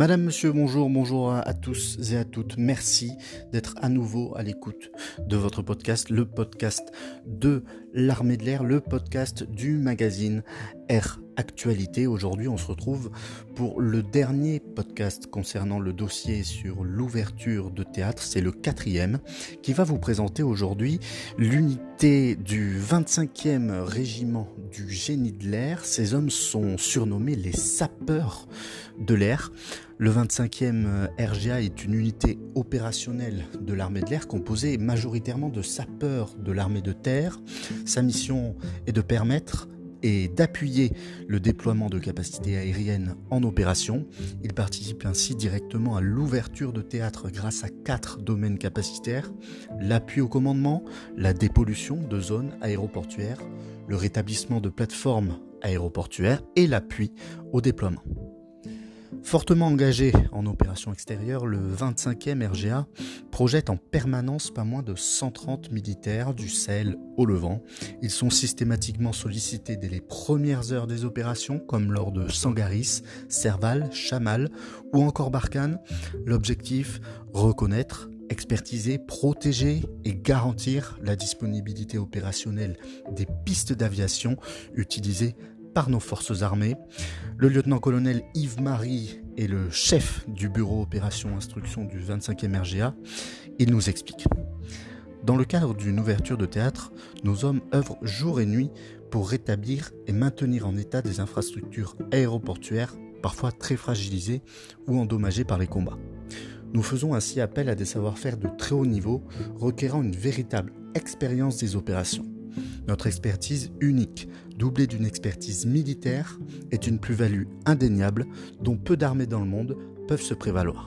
Madame, monsieur, bonjour à tous et à toutes. Merci d'être à nouveau à l'écoute de votre podcast, le podcast de l'Armée de l'Air, le podcast du magazine Air Actualité. Aujourd'hui, on se retrouve pour le dernier podcast concernant le dossier sur l'ouverture de théâtre. C'est le 4e qui va vous présenter aujourd'hui l'unité du 25e régiment du génie de l'air. Ces hommes sont surnommés les sapeurs de l'air. Le 25e RGA est une unité opérationnelle de l'armée de l'air composée majoritairement de sapeurs de l'armée de terre. Sa mission est de permettre et d'appuyer le déploiement de capacités aériennes en opération. Il participe ainsi directement à l'ouverture de théâtre grâce à 4 domaines capacitaires: l'appui au commandement, la dépollution de zones aéroportuaires, le rétablissement de plateformes aéroportuaires et l'appui au déploiement. Fortement engagé en opération extérieure, le 25e RGA projette en permanence pas moins de 130 militaires du Sahel au Levant. Ils sont systématiquement sollicités dès les premières heures des opérations, comme lors de Sangaris, Serval, Chamal ou encore Barkhane. L'objectif, reconnaître, expertiser, protéger et garantir la disponibilité opérationnelle des pistes d'aviation utilisées par nos forces armées. Le lieutenant-colonel Yves-Marie est le chef du bureau opération instruction du 25e RGA. Il nous explique. Dans le cadre d'une ouverture de théâtre, nos hommes œuvrent jour et nuit pour rétablir et maintenir en état des infrastructures aéroportuaires, parfois très fragilisées ou endommagées par les combats. Nous faisons ainsi appel à des savoir-faire de très haut niveau, requérant une véritable expérience des opérations. Notre expertise unique, doublée d'une expertise militaire, est une plus-value indéniable dont peu d'armées dans le monde peuvent se prévaloir.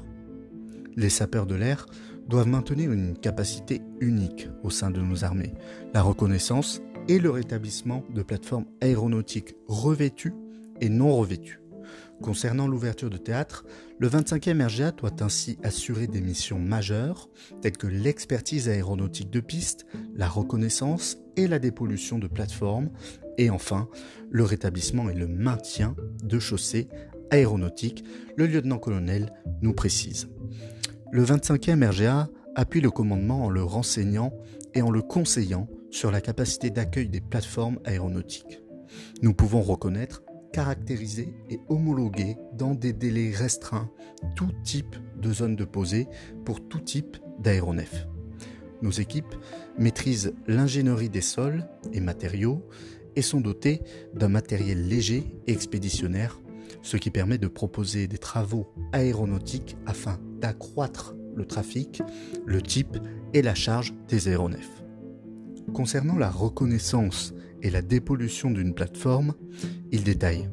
Les sapeurs de l'air doivent maintenir une capacité unique au sein de nos armées, la reconnaissance et le rétablissement de plateformes aéronautiques revêtues et non revêtues. Concernant l'ouverture de théâtre, le 25e RGA doit ainsi assurer des missions majeures telles que l'expertise aéronautique de piste, la reconnaissance et la dépollution de plateformes, et enfin le rétablissement et le maintien de chaussées aéronautiques, le lieutenant-colonel nous précise. Le 25e RGA appuie le commandement en le renseignant et en le conseillant sur la capacité d'accueil des plateformes aéronautiques. Nous pouvons reconnaître, caractériser et homologuer dans des délais restreints tout type de zone de posée pour tout type d'aéronef. Nos équipes maîtrisent l'ingénierie des sols et matériaux et sont dotées d'un matériel léger et expéditionnaire, ce qui permet de proposer des travaux aéronautiques afin d'accroître le trafic, le type et la charge des aéronefs. Concernant la reconnaissance et la dépollution d'une plateforme, il détaille.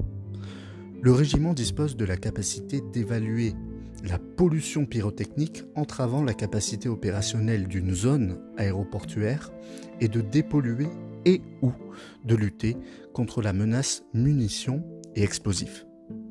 Le régiment dispose de la capacité d'évaluer la pollution pyrotechnique entravant la capacité opérationnelle d'une zone aéroportuaire et de dépolluer et ou de lutter contre la menace munitions et explosifs.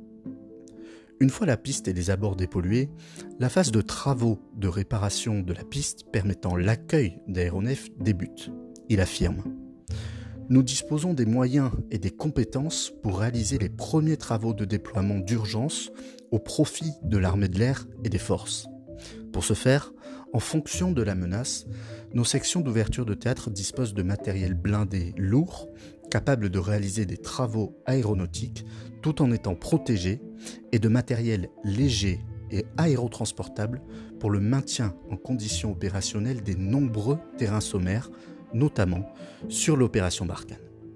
Une fois la piste et les abords dépollués, la phase de travaux de réparation de la piste permettant l'accueil d'aéronefs débute. Il affirme. Nous disposons des moyens et des compétences pour réaliser les premiers travaux de déploiement d'urgence au profit de l'armée de l'air et des forces. Pour ce faire, en fonction de la menace, nos sections d'ouverture de théâtre disposent de matériel blindé lourd, capable de réaliser des travaux aéronautiques tout en étant protégés, et de matériel léger et aérotransportable pour le maintien en conditions opérationnelles des nombreux terrains sommaires, notamment sur l'opération Barkhane.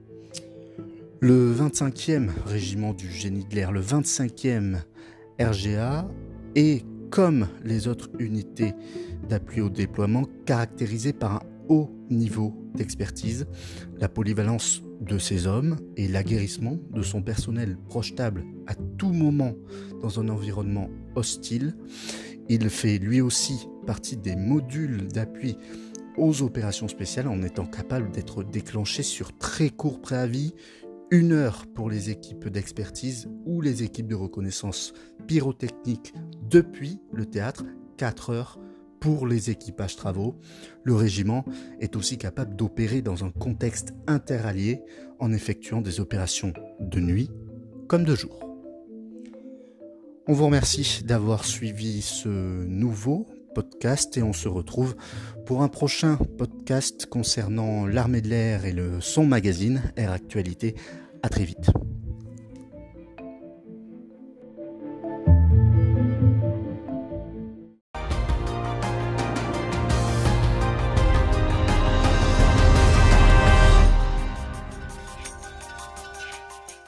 Le 25e régiment du génie de l'air, le 25e RGA est, comme les autres unités d'appui au déploiement, caractérisé par un haut niveau d'expertise, la polyvalence de ses hommes et l'aguerrissement de son personnel projetable à tout moment dans un environnement hostile. Il fait lui aussi partie des modules d'appui aux opérations spéciales en étant capable d'être déclenché sur très court préavis, 1 heure pour les équipes d'expertise ou les équipes de reconnaissance pyrotechnique depuis le théâtre, 4 heures pour les équipages travaux. Le régiment est aussi capable d'opérer dans un contexte interallié en effectuant des opérations de nuit comme de jour. On vous remercie d'avoir suivi ce nouveau podcast et on se retrouve pour un prochain podcast concernant l'armée de l'air et le son magazine Air Actualité. À très vite.